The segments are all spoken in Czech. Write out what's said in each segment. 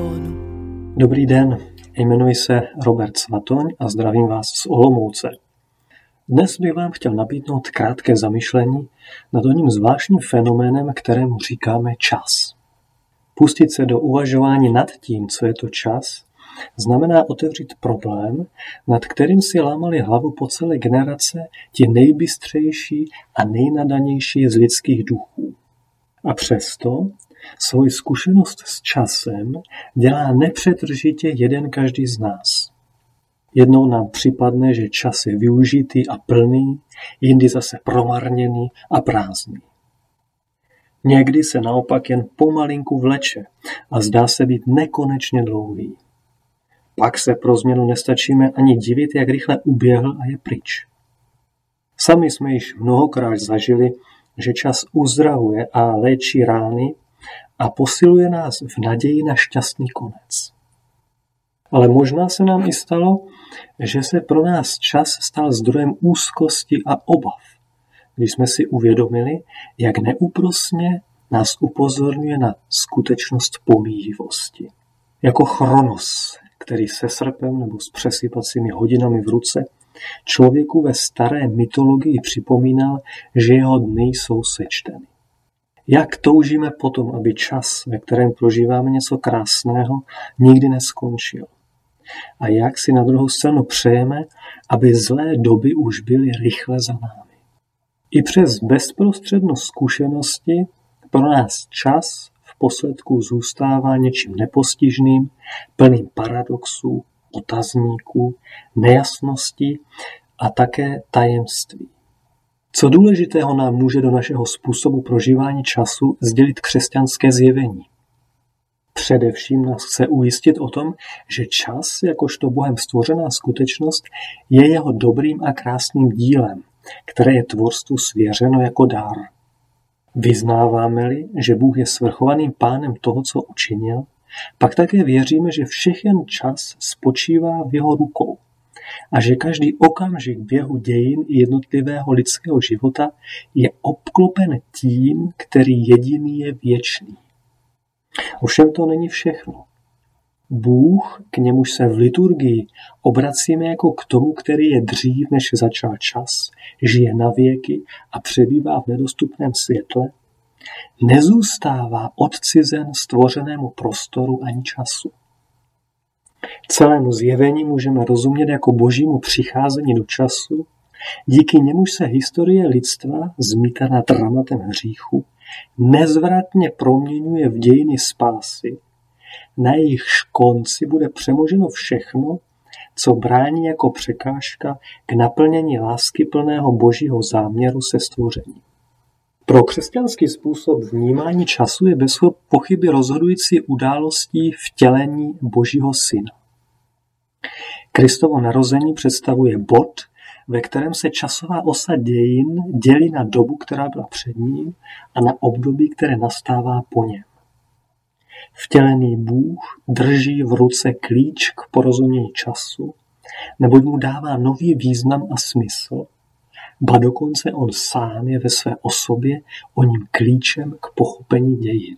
mikrofonu. Dobrý den, jmenuji se Robert Svatoň a zdravím vás z Olomouce. Dnes bych vám chtěl nabídnout krátké zamyšlení nad oním zvláštním fenoménem, kterému říkáme čas. Pustit se do uvažování nad tím, co je to čas, znamená otevřít problém, nad kterým si lámali hlavu po celé generace ti nejbystřejší a nejnadanější z lidských duchů. A přesto svoji zkušenost s časem dělá nepřetržitě jeden každý z nás. Jednou nám připadne, že čas je využitý a plný, jindy zase promarněný a prázdný. Někdy se naopak jen pomalinku vleče a zdá se být nekonečně dlouhý. Pak se pro změnu nestačíme ani divit, jak rychle uběhl a je pryč. Sami jsme již mnohokrát zažili, že čas uzdravuje a léčí rány a posiluje nás v naději na šťastný konec. Ale možná se nám i stalo, že se pro nás čas stal zdrojem úzkosti a obav, když jsme si uvědomili, jak neúprosně nás upozorňuje na skutečnost pomíjivosti. Jako Chronos, který se srpem nebo s přesypacími hodinami v ruce člověku ve staré mytologii připomínal, že jeho dny jsou sečteny. Jak toužíme potom, aby čas, ve kterém prožíváme něco krásného, nikdy neskončil. A jak si na druhou stranu přejeme, aby zlé doby už byly rychle za námi. I přes bezprostřednost zkušenosti pro nás čas v posledku zůstává něčím nepostižným, plným paradoxů, otazníků, nejasností a také tajemství. Co důležitého nám může do našeho způsobu prožívání času sdělit křesťanské zjevení? Především nás chce ujistit o tom, že čas, jakožto Bohem stvořená skutečnost, je jeho dobrým a krásným dílem, které je tvorstvu svěřeno jako dár. Vyznáváme-li, že Bůh je svrchovaným pánem toho, co učinil, pak také věříme, že všechen čas spočívá v jeho rukou a že každý okamžik běhu dějin i jednotlivého lidského života je obklopen tím, který jediný je věčný. Ovšem to není všechno. Bůh, k němuž se v liturgii obracíme jako k tomu, který je dřív, než začal čas, žije na věky a přebývá v nedostupném světle, nezůstává odcizen stvořenému prostoru ani času. Celému zjevení můžeme rozumět jako božímu přicházení do času, díky němuž se historie lidstva, zmítaná dramatem hříchu, nezvratně proměňuje v dějiny spásy. Na jejich konci bude přemoženo všechno, co brání jako překážka k naplnění láskyplného božího záměru se stvořením. Pro křesťanský způsob vnímání času je bez pochyby rozhodující událostí vtělení Božího syna. Kristovo narození představuje bod, ve kterém se časová osa dějin dělí na dobu, která byla před ním, a na období, které nastává po něm. Vtělený Bůh drží v ruce klíč k porozumění času, neboť mu dává nový význam a smysl, ba dokonce on sám je ve své osobě oním klíčem k pochopení dějin.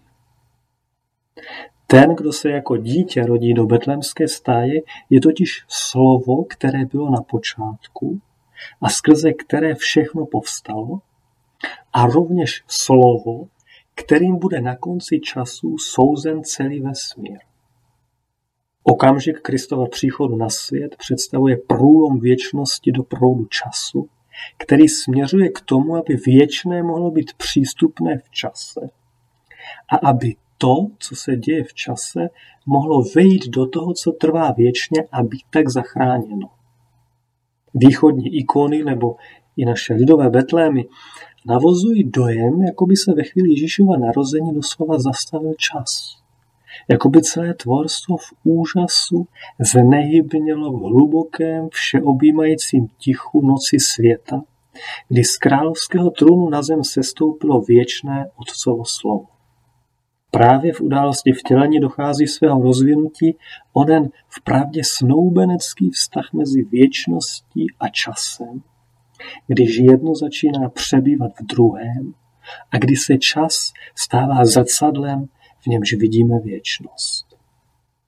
Ten, kdo se jako dítě rodí do betlémské stáje, je totiž slovo, které bylo na počátku a skrze které všechno povstalo, a rovněž slovo, kterým bude na konci času souzen celý vesmír. Okamžik Kristova příchodu na svět představuje průlom věčnosti do proudu času, který směřuje k tomu, aby věčné mohlo být přístupné v čase a aby to, co se děje v čase, mohlo vejít do toho, co trvá věčně a být tak zachráněno. Východní ikony nebo i naše lidové betlémy navozují dojem, jako by se ve chvíli Ježíšova narození doslova zastavil čas. Jako by celé tvorstvo v úžasu znehybnělo v hlubokém, všeobjímajícím tichu noci světa, kdy z královského trůnu na zem sestoupilo věčné Otcovo slovo. Právě v události vtělení dochází svého rozvinutí onen vpravdě snoubenecký vztah mezi věčností a časem, když jedno začíná přebývat v druhém a kdy se čas stává zrcadlem, v němž vidíme věčnost.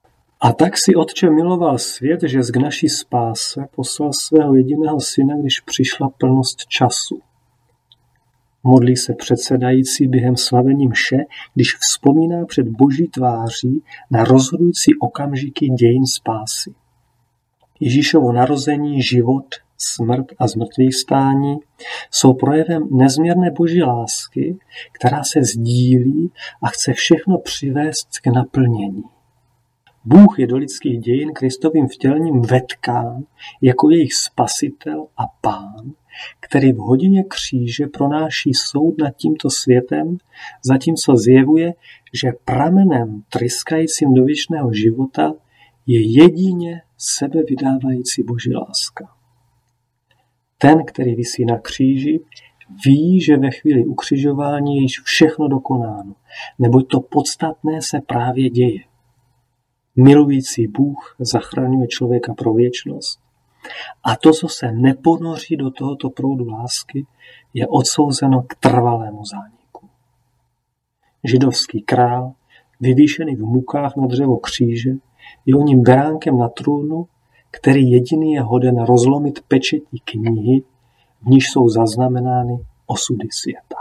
A tak si Otče miloval svět, že k naší spáse poslal svého jediného syna, když přišla plnost času. Modlí se předsedající během slavení mše, když vzpomíná před Boží tváří na rozhodující okamžiky dějin spásy. Ježíšovo narození, život, smrt a zmrtvýchvstání jsou projevem nezměrné Boží lásky, která se sdílí a chce všechno přivést k naplnění. Bůh je do lidských dějin Kristovým vtělením vetkán jako jejich spasitel a pán, který v hodině kříže pronáší soud nad tímto světem, zatímco zjevuje, že pramenem tryskajícím do věčného života je jedině sebevydávající Boží láska. Ten, který visí na kříži, ví, že ve chvíli ukřižování je již všechno dokonáno, neboť to podstatné se právě děje. Milující Bůh zachraňuje člověka pro věčnost a to, co se neponoří do tohoto proudu lásky, je odsouzeno k trvalému zániku. Židovský král, vyvýšený v mukách na dřevo kříže, je oním beránkem na trůnu, který jediný je hoden rozlomit pečetí knihy, v níž jsou zaznamenány osudy světa.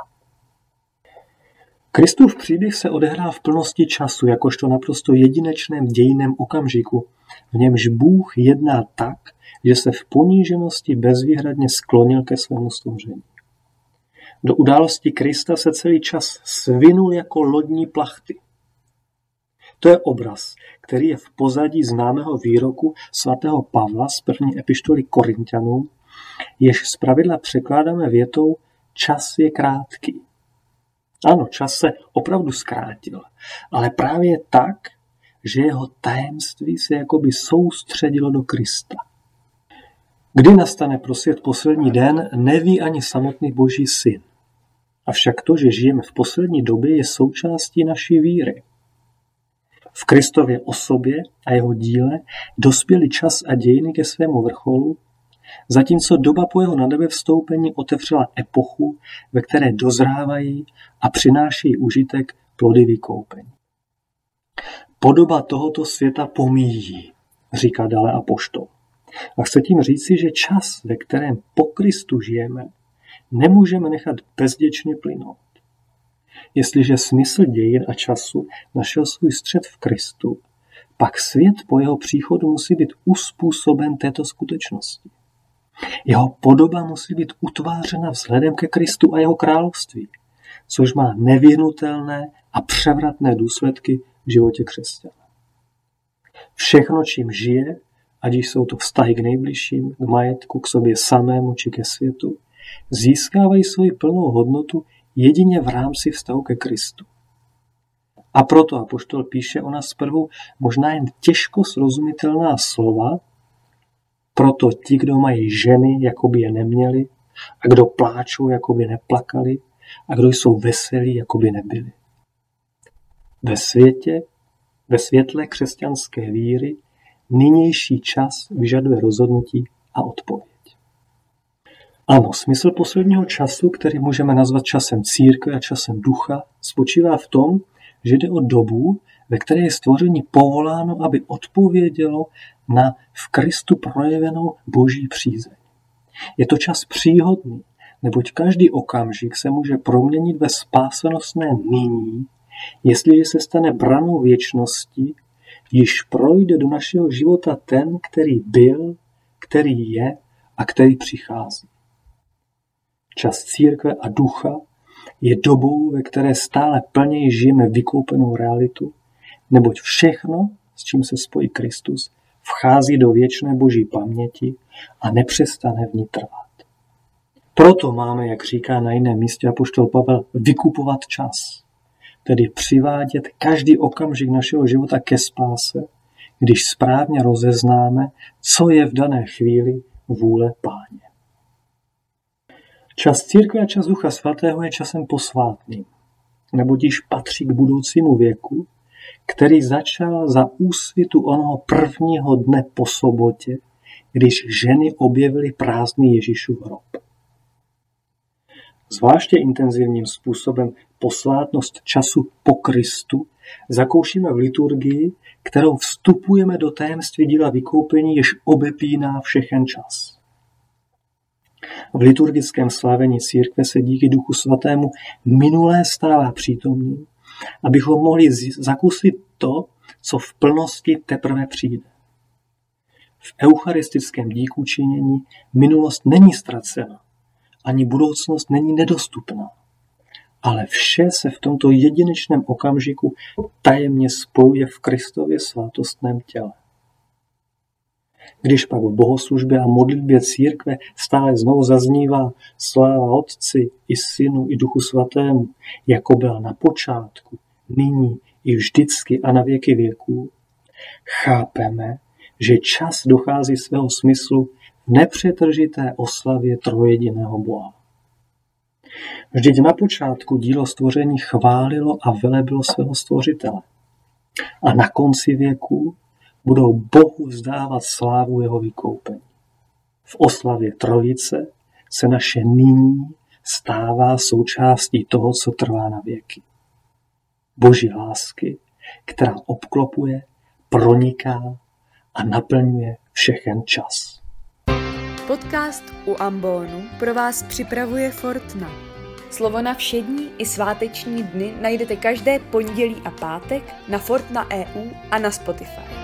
Kristův příběh se odehrál v plnosti času, jakožto naprosto jedinečném dějinném okamžiku, v němž Bůh jedná tak, že se v poníženosti bezvýhradně sklonil ke svému stvoření. Do události Krista se celý čas svinul jako lodní plachty. To je obraz, který je v pozadí známého výroku svatého Pavla z první epištoly Korinťanům, jež zpravidla překládáme větou čas je krátký. Ano, čas se opravdu zkrátil, ale právě tak, že jeho tajemství se jakoby soustředilo do Krista. Kdy nastane pro svět poslední den, neví ani samotný Boží syn. Avšak to, že žijeme v poslední době, je součástí naší víry. V Kristově osobě a jeho díle dospěli čas a dějiny ke svému vrcholu, zatímco doba po jeho na nebe vstoupení otevřela epochu, ve které dozrávají a přinášejí užitek plody vykoupení. Podoba tohoto světa pomíjí, říká dále apoštol. A chce tím říci, že čas, ve kterém po Kristu žijeme, nemůžeme nechat bezděčně plynout. Jestliže smysl dějin a času našel svůj střed v Kristu, pak svět po jeho příchodu musí být uspůsoben této skutečnosti. Jeho podoba musí být utvářena vzhledem ke Kristu a jeho království, což má nevyhnutelné a převratné důsledky v životě křesťana. Všechno, čím žije, ať jsou to vztahy k nejbližším, k majetku, k sobě samému či ke světu, získávají svoji plnou hodnotu jedině v rámci vztahu ke Kristu. A proto apoštol píše o nás zprvu možná jen těžko srozumitelná slova, proto ti, kdo mají ženy, jako by je neměli, a kdo pláčou, jako by neplakali, a kdo jsou veselí, jako by nebyli. Ve světle křesťanské víry nynější čas vyžaduje rozhodnutí a odpověď. Ano, smysl posledního času, který můžeme nazvat časem církve a časem ducha, spočívá v tom, že jde o dobu, ve které je stvoření povoláno, aby odpovědělo na v Kristu projevenou Boží přízeň. Je to čas příhodný, neboť každý okamžik se může proměnit ve spásenostné nyní, jestliže se stane branou věčnosti, již projde do našeho života ten, který byl, který je a který přichází. Čas církve a ducha je dobou, ve které stále plněji žijeme vykoupenou realitu, neboť všechno, s čím se spojí Kristus, vchází do věčné Boží paměti a nepřestane v ní trvat. Proto máme, jak říká na jiném místě apoštol Pavel, vykupovat čas, tedy přivádět každý okamžik našeho života ke spáse, když správně rozeznáme, co je v dané chvíli vůle Páně. Čas církve a čas Ducha Svatého je časem posvátným, neboť již patří k budoucímu věku, který začal za úsvitu onoho prvního dne po sobotě, když ženy objevily prázdný Ježíšův hrob. Zvláště intenzivním způsobem posvátnost času po Kristu zakoušíme v liturgii, kterou vstupujeme do tajemství díla vykoupení, jež obepíná všechen čas. V liturgickém slávení církve se díky Duchu Svatému minulé stává přítomným, abychom mohli zakusit to, co v plnosti teprve přijde. V eucharistickém díkučinění minulost není ztracena, ani budoucnost není nedostupná, ale vše se v tomto jedinečném okamžiku tajemně spojuje v Kristově svátostném těle. Když pak v bohoslužbě a modlitbě církve stále znovu zaznívá sláva Otci i Synu i Duchu Svatému, jako byla na počátku, nyní i vždycky a na věky věků, chápeme, že čas dochází svého smyslu v nepřetržité oslavě trojjediného Boha. Vždyť na počátku dílo stvoření chválilo a velebilo svého stvořitele. A na konci věků budou Bohu vzdávat slávu jeho vykoupení. V oslavě Trojice se naše nyní stává součástí toho, co trvá na věky. Boží lásky, která obklopuje, proniká a naplňuje všechen čas. Podcast u ambonu pro vás připravuje Fortna. Slovo na všední i sváteční dny najdete každé pondělí a pátek na Fortna.eu a na Spotify.